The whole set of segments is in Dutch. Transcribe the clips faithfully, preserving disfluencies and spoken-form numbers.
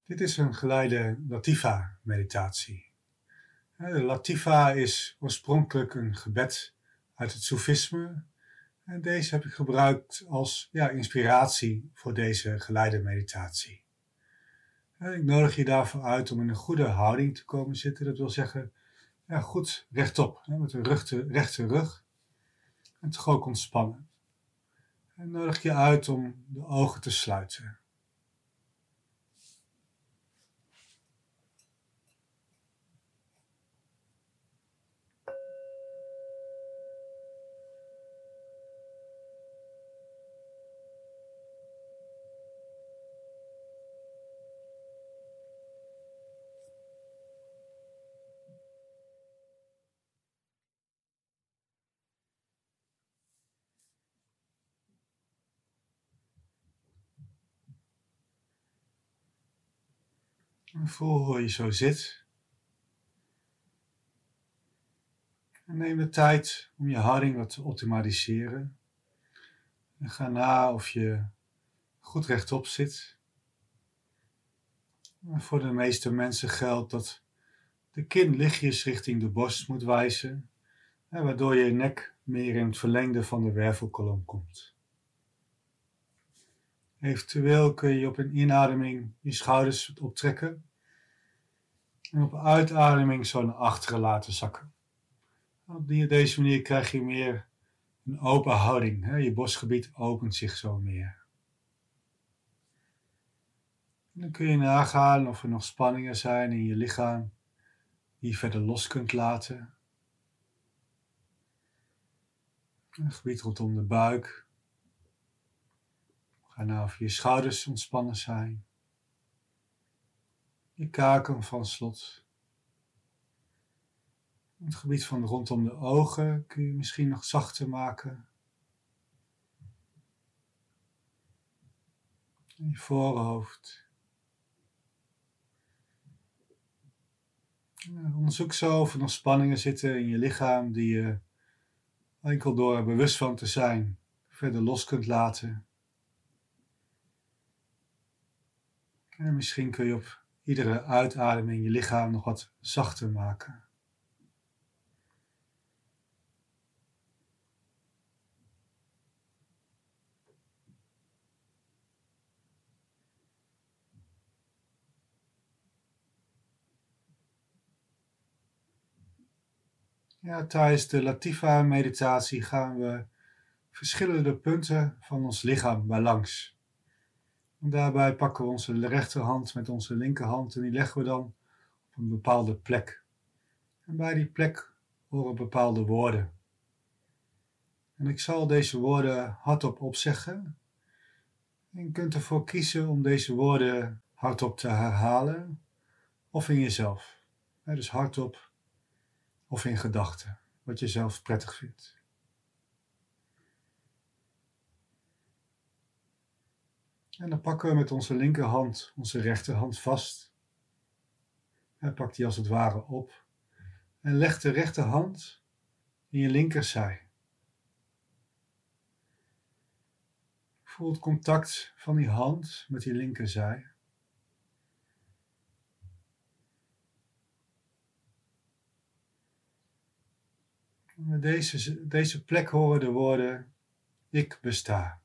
Dit is een geleide Latifa-meditatie. De Latifa is oorspronkelijk een gebed uit het Soefisme. En deze heb ik gebruikt als ja, inspiratie voor deze geleide meditatie. Ik nodig je daarvoor uit om in een goede houding te komen zitten. Dat wil zeggen, ja, goed rechtop, met een rechte, rechte rug. En toch ook ontspannen. En nodig je uit om de ogen te sluiten. En voel hoe je zo zit. En neem de tijd om je houding wat te optimaliseren. En ga na of je goed rechtop zit. En voor de meeste mensen geldt dat de kin lichtjes richting de borst moet wijzen, waardoor je nek meer in het verlengde van de wervelkolom komt. Eventueel kun je op een inademing je schouders optrekken en op uitademing zo naar achteren laten zakken. Op deze manier krijg je meer een open houding. Je borstgebied opent zich zo meer. En dan kun je nagaan of er nog spanningen zijn in je lichaam die je verder los kunt laten. Een gebied rondom de buik. Ga nou of je schouders ontspannen zijn. Je kaken van slot. Het gebied van rondom de ogen kun je misschien nog zachter maken. En je voorhoofd. Onderzoek zo of er nog spanningen zitten in je lichaam die je enkel door er bewust van te zijn verder los kunt laten. En misschien kun je op iedere uitademing je lichaam nog wat zachter maken. Ja, tijdens de Latifa-meditatie gaan we verschillende punten van ons lichaam bij langs. En daarbij pakken we onze rechterhand met onze linkerhand en die leggen we dan op een bepaalde plek. En bij die plek horen bepaalde woorden. En ik zal deze woorden hardop opzeggen. En je kunt ervoor kiezen om deze woorden hardop te herhalen of in jezelf. Ja, dus hardop of in gedachten, wat je zelf prettig vindt. En dan pakken we met onze linkerhand onze rechterhand vast. En pak die als het ware op. En leg de rechterhand in je linkerzij. Voel het contact van die hand met die linkerzij. Met deze, deze plek horen de woorden: ik besta.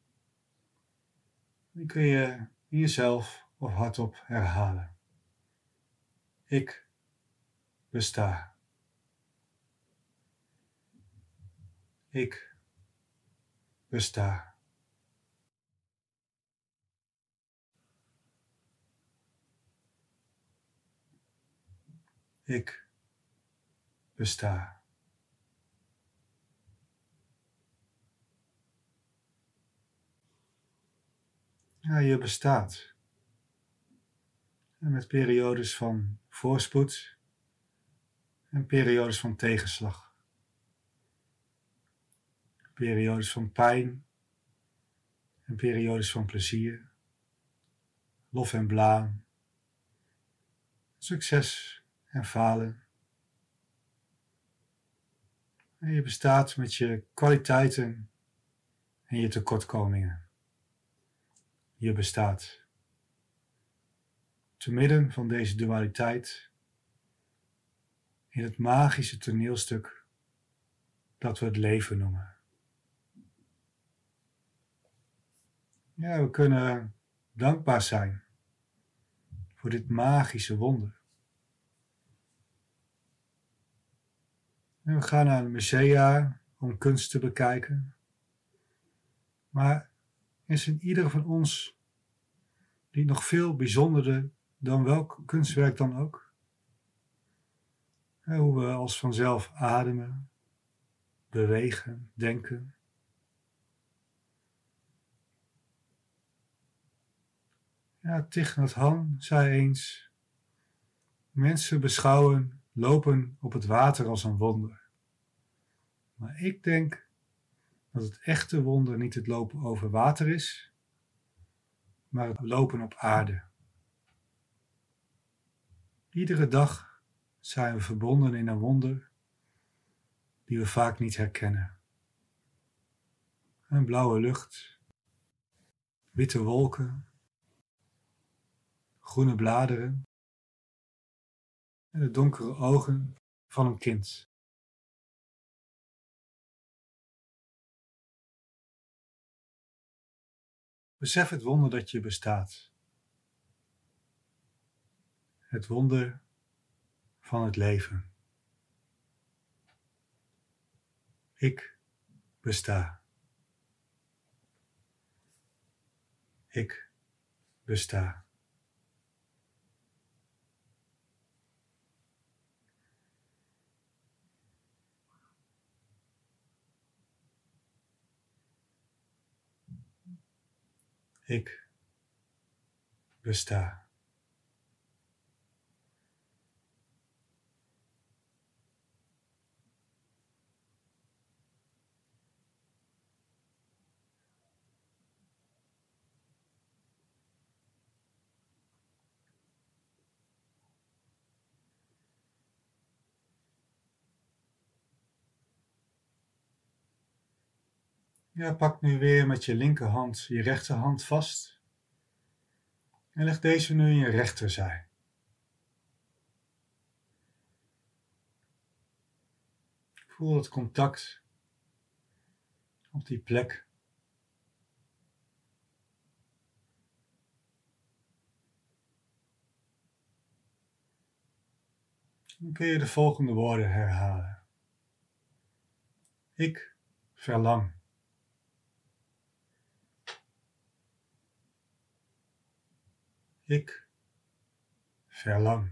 Die kun je in jezelf of hardop herhalen. Ik besta. Ik besta. Ik besta. Ja, je bestaat. En met periodes van voorspoed en periodes van tegenslag. Periodes van pijn en periodes van plezier. Lof en blaam. Succes en falen. En je bestaat met je kwaliteiten en je tekortkomingen. Je bestaat. te midden van deze dualiteit, in het magische toneelstuk dat we het leven noemen. Ja, we kunnen dankbaar zijn voor dit magische wonder. En we gaan naar een musea om kunst te bekijken. Maar is in ieder van ons niet nog veel bijzonderder dan welk kunstwerk dan ook? En hoe we als vanzelf ademen, bewegen, denken. Ja, Thich Nhat Hanh zei eens: mensen beschouwen lopen op het water als een wonder. Maar ik denk dat het echte wonder niet het lopen over water is, maar het lopen op aarde. Iedere dag zijn we verbonden in een wonder die we vaak niet herkennen. Een blauwe lucht, witte wolken, groene bladeren en de donkere ogen van een kind. Besef het wonder dat je bestaat. Het wonder van het leven. Ik besta. Ik besta. Ik besta. Ja, pak nu weer met je linkerhand je rechterhand vast en leg deze nu in je rechterzij. Voel het contact op die plek. Dan kun je de volgende woorden herhalen. Ik verlang. Ik verlang.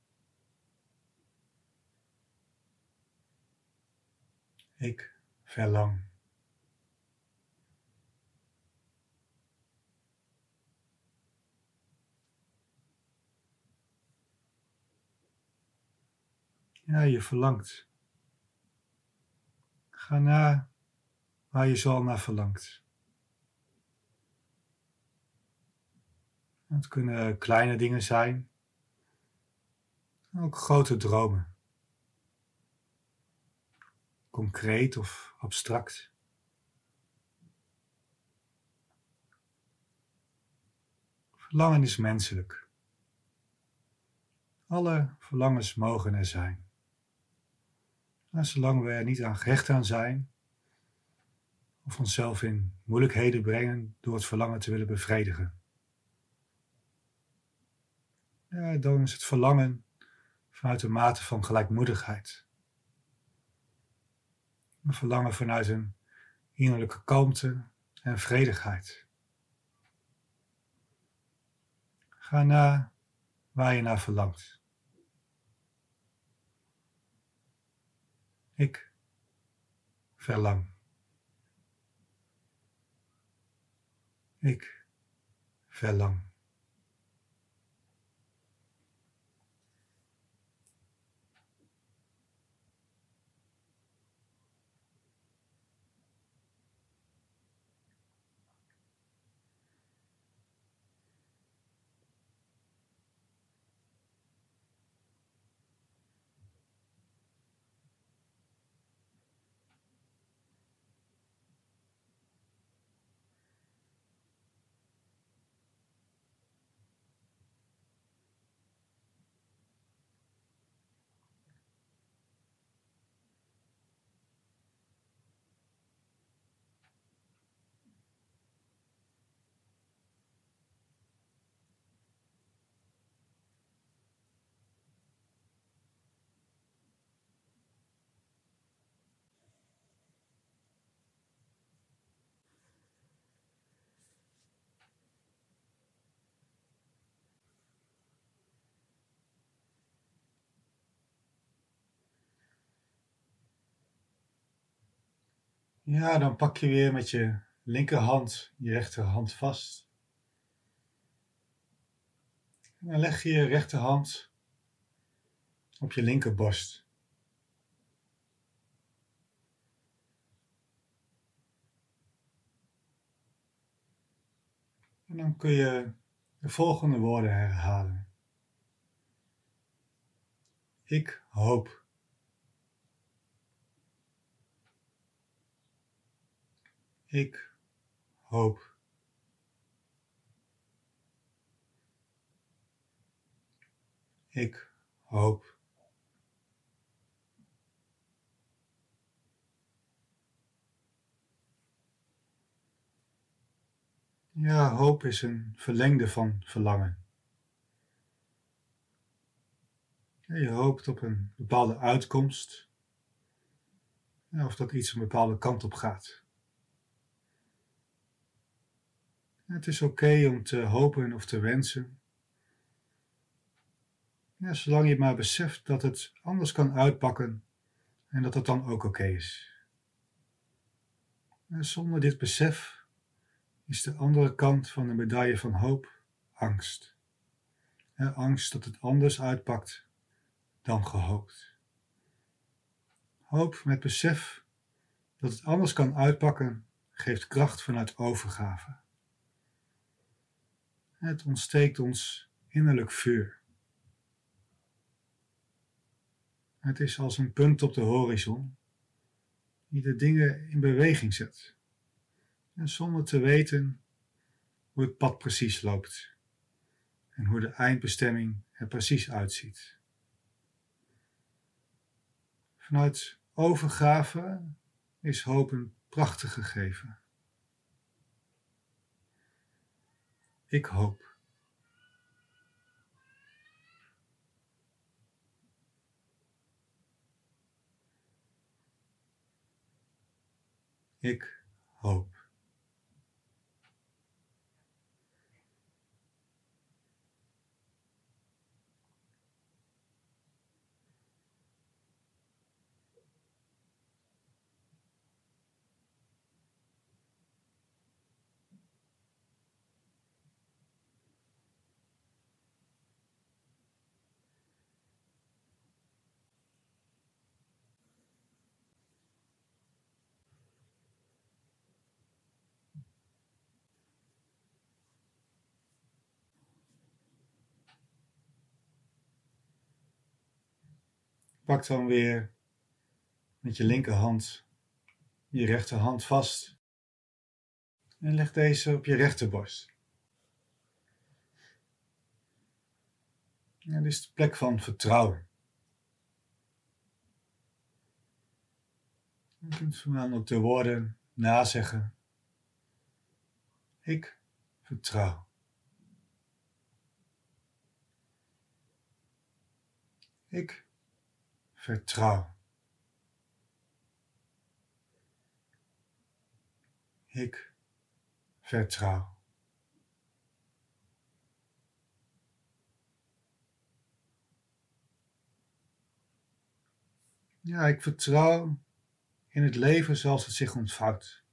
Ik verlang. Ja, je verlangt. Ga na waar je zo al naar verlangt. Het kunnen kleine dingen zijn, ook grote dromen. Concreet of abstract. Verlangen is menselijk. Alle verlangens mogen er zijn. En zolang we er niet aan gehecht aan zijn, of onszelf in moeilijkheden brengen door het verlangen te willen bevredigen. Ja, dan is het verlangen vanuit een mate van gelijkmoedigheid. Een verlangen vanuit een innerlijke kalmte en vredigheid. Ga na waar je naar verlangt. Ik verlang. Ik verlang. Ja, dan pak je weer met je linkerhand je rechterhand vast. En dan leg je je rechterhand op je linkerborst. En dan kun je de volgende woorden herhalen. Ik hoop. Ik hoop. Ik hoop. Ja, hoop is een verlengde van verlangen. Je hoopt op een bepaalde uitkomst, of dat iets een bepaalde kant op gaat. Het is oké om te hopen of te wensen, ja, zolang je maar beseft dat het anders kan uitpakken en dat het dan ook oké is. En zonder dit besef is de andere kant van de medaille van hoop angst. En angst dat het anders uitpakt dan gehoopt. Hoop met besef dat het anders kan uitpakken geeft kracht vanuit overgave. Het ontsteekt ons innerlijk vuur. Het is als een punt op de horizon die de dingen in beweging zet. En zonder te weten hoe het pad precies loopt en hoe de eindbestemming er precies uitziet. Vanuit overgave is hoop een prachtig gegeven. Ik hoop. Ik hoop. Pak dan weer met je linkerhand je rechterhand vast en leg deze op je rechterborst. Ja, dit is de plek van vertrouwen. Je kunt dan ook de woorden nazeggen. Ik vertrouw. Ik vertrouw. Ik vertrouw. Ja, ik vertrouw in het leven zoals het zich ontvouwt.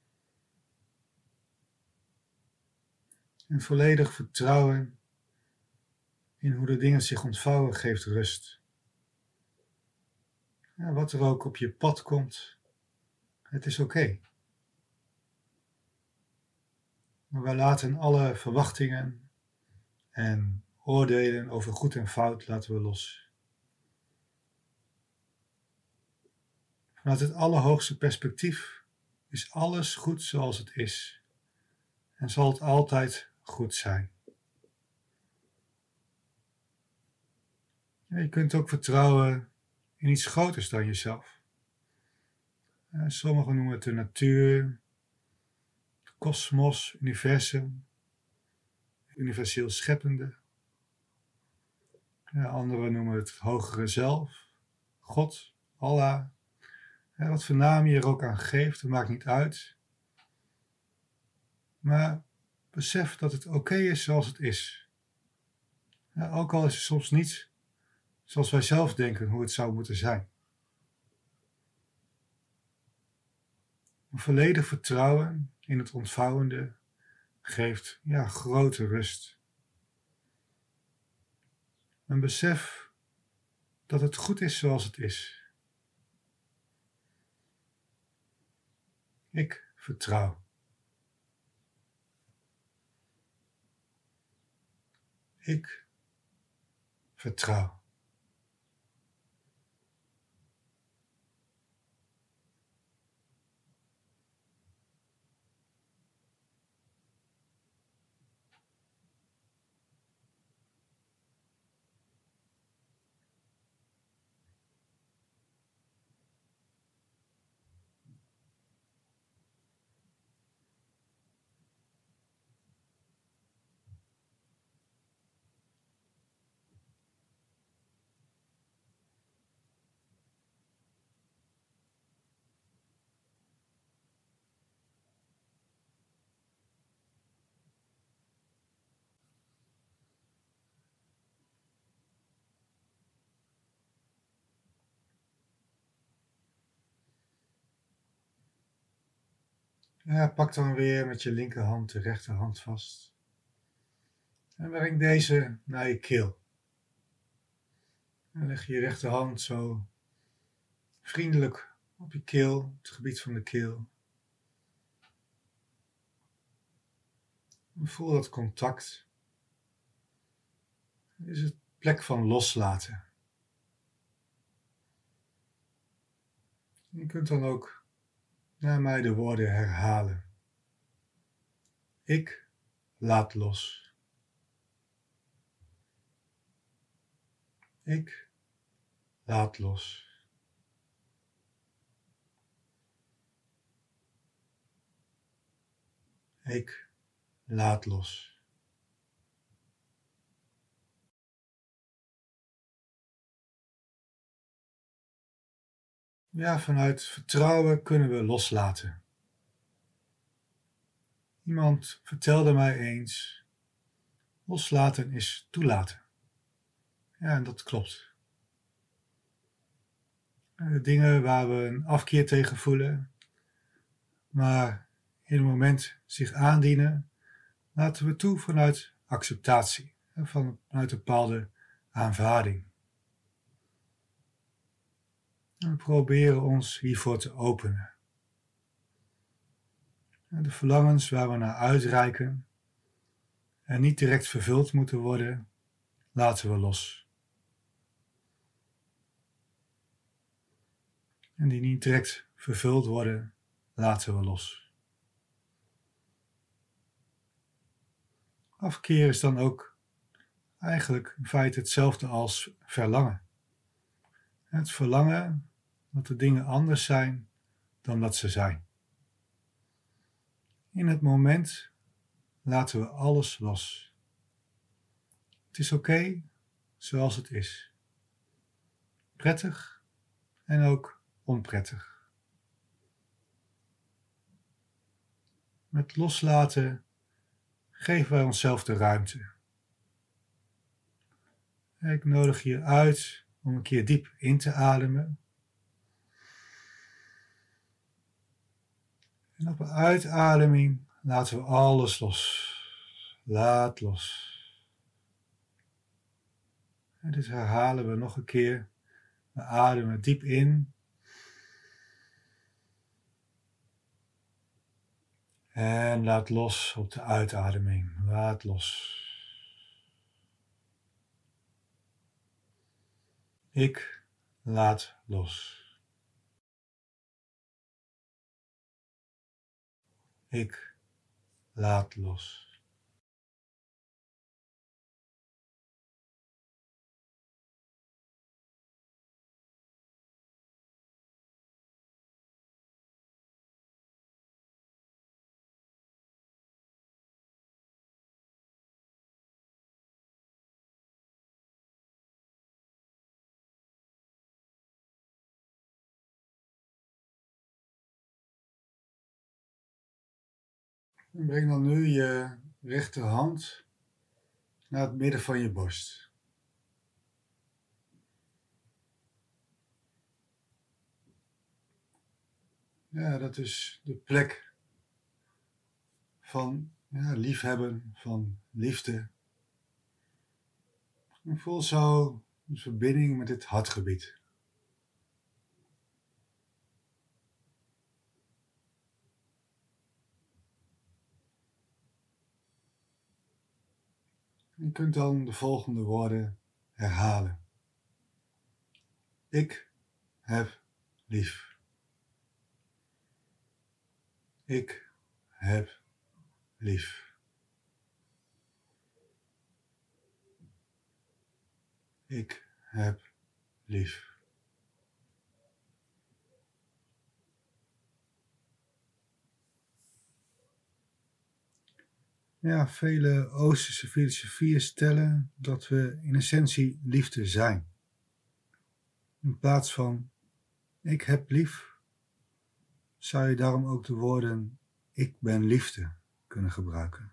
En volledig vertrouwen in hoe de dingen zich ontvouwen geeft rust. Ja, wat er ook op je pad komt, het is oké. Maar wij laten alle verwachtingen en oordelen over goed en fout laten we los. Vanuit het allerhoogste perspectief is alles goed zoals het is en zal het altijd goed zijn. Ja, je kunt ook vertrouwen in iets groters dan jezelf. Ja, sommigen noemen het de natuur, het kosmos, universum, universeel scheppende. Ja, anderen noemen het hogere zelf, God, Allah. Ja, wat voor naam je er ook aan geeft, dat maakt niet uit. Maar besef dat het oké is zoals het is. Ja, ook al is het soms niet zoals wij zelf denken hoe het zou moeten zijn. Een volledig vertrouwen in het ontvouwende geeft ja, grote rust. Een besef dat het goed is zoals het is. Ik vertrouw. Ik vertrouw. Ja, pak dan weer met je linkerhand de rechterhand vast. En breng deze naar je keel. En leg je rechterhand zo vriendelijk op je keel, het gebied van de keel. En voel dat contact. Dit is het plek van loslaten. Je kunt dan ook naar mij de woorden herhalen. Ik laat los. Ik laat los. Ik laat los. Ja, vanuit vertrouwen kunnen we loslaten. Iemand vertelde mij eens, loslaten is toelaten. Ja, en dat klopt. De dingen waar we een afkeer tegen voelen, maar in het moment zich aandienen, laten we toe vanuit acceptatie, vanuit een bepaalde aanvaarding. En we proberen ons hiervoor te openen. En de verlangens waar we naar uitreiken en niet direct vervuld moeten worden, laten we los. En die niet direct vervuld worden, laten we los. Afkeer is dan ook eigenlijk in feite hetzelfde als verlangen. Het verlangen dat de dingen anders zijn dan dat ze zijn. In het moment laten we alles los. Het is oké zoals het is. Prettig en ook onprettig. Met loslaten geven wij onszelf de ruimte. Ik nodig je uit om een keer diep in te ademen. En op een uitademing laten we alles los. Laat los. En dit herhalen we nog een keer. We ademen diep in. En laat los op de uitademing. Laat los. Ik laat los. Ik laat los. En breng dan nu je rechterhand naar het midden van je borst. Ja, dat is de plek van ja, liefhebben, van liefde. En voel zo een verbinding met dit hartgebied. Je kunt dan de volgende woorden herhalen. Ik heb lief. Ik heb lief. Ik heb lief. Ja, vele Oosterse filosofieën stellen dat we in essentie liefde zijn. In plaats van ik heb lief, zou je daarom ook de woorden ik ben liefde kunnen gebruiken.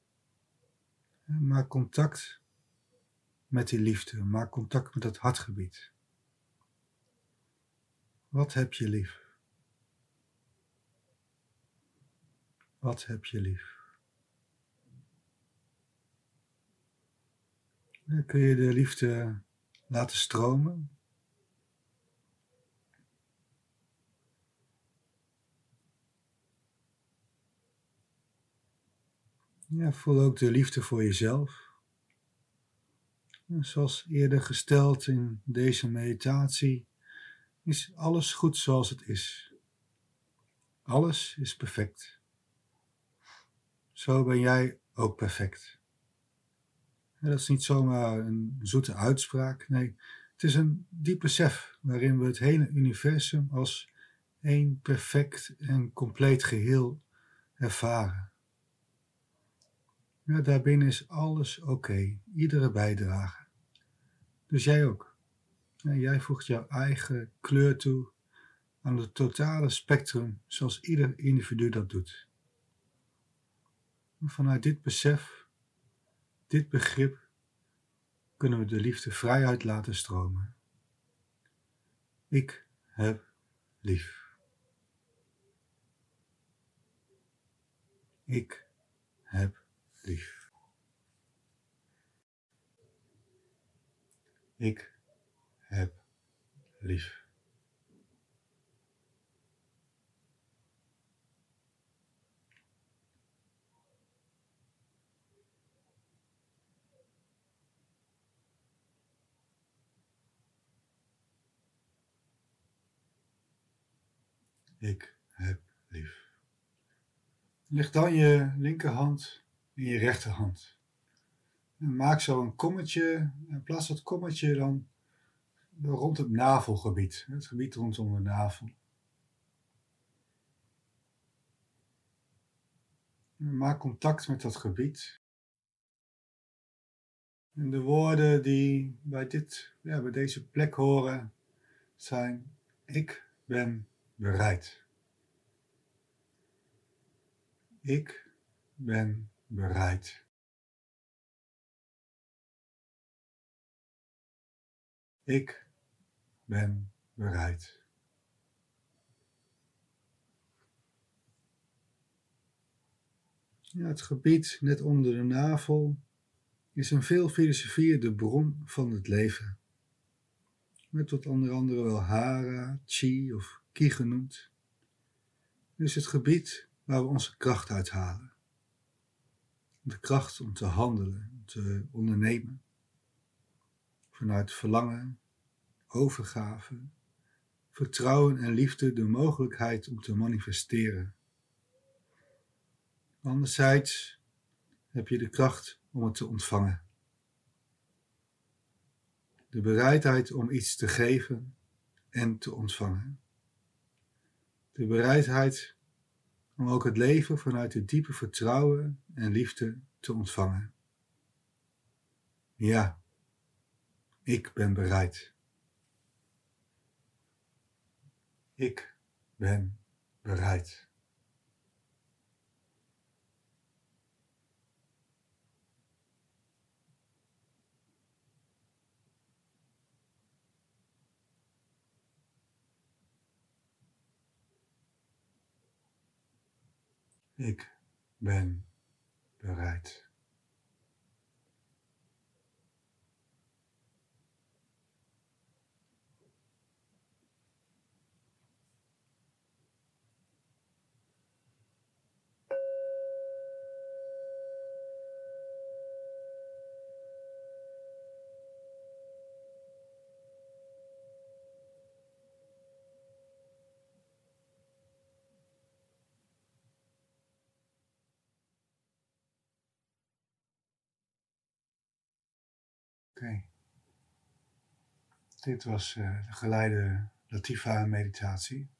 Maak contact met die liefde, maak contact met dat hartgebied. Wat heb je lief? Wat heb je lief? Dan kun je de liefde laten stromen. Ja, voel ook de liefde voor jezelf. Zoals eerder gesteld in deze meditatie, is alles goed zoals het is. Alles is perfect. Zo ben jij ook perfect. En dat is niet zomaar een zoete uitspraak, nee, het is een diep besef waarin we het hele universum als één perfect en compleet geheel ervaren. Ja, daarbinnen is alles oké, iedere bijdrage. Dus jij ook. Ja, jij voegt jouw eigen kleur toe aan het totale spectrum zoals ieder individu dat doet. En vanuit dit besef, dit begrip, kunnen we de liefde vrijuit laten stromen. Ik heb lief. Ik heb lief. Ik heb lief. Ik heb lief. Leg dan je linkerhand in je rechterhand. En maak zo een kommetje en plaats dat kommetje dan rond het navelgebied. Het gebied rondom de navel. En maak contact met dat gebied. En de woorden die bij, dit, ja, bij deze plek horen zijn: ik ben bereid. Ik ben bereid. Ik ben bereid. Ja, het gebied net onder de navel is in veel filosofieën de bron van het leven. Met tot onder andere wel hara, chi of ki genoemd. Het is het gebied waar we onze kracht uithalen. De kracht om te handelen, om te ondernemen. Vanuit verlangen, overgave, vertrouwen en liefde de mogelijkheid om te manifesteren. Anderzijds heb je de kracht om het te ontvangen. De bereidheid om iets te geven en te ontvangen. De bereidheid om ook het leven vanuit het diepe vertrouwen en liefde te ontvangen. Ja, ik ben bereid. Ik ben bereid. Ik ben bereid. Oké. Okay. Dit was uh, de geleide Latifa meditatie.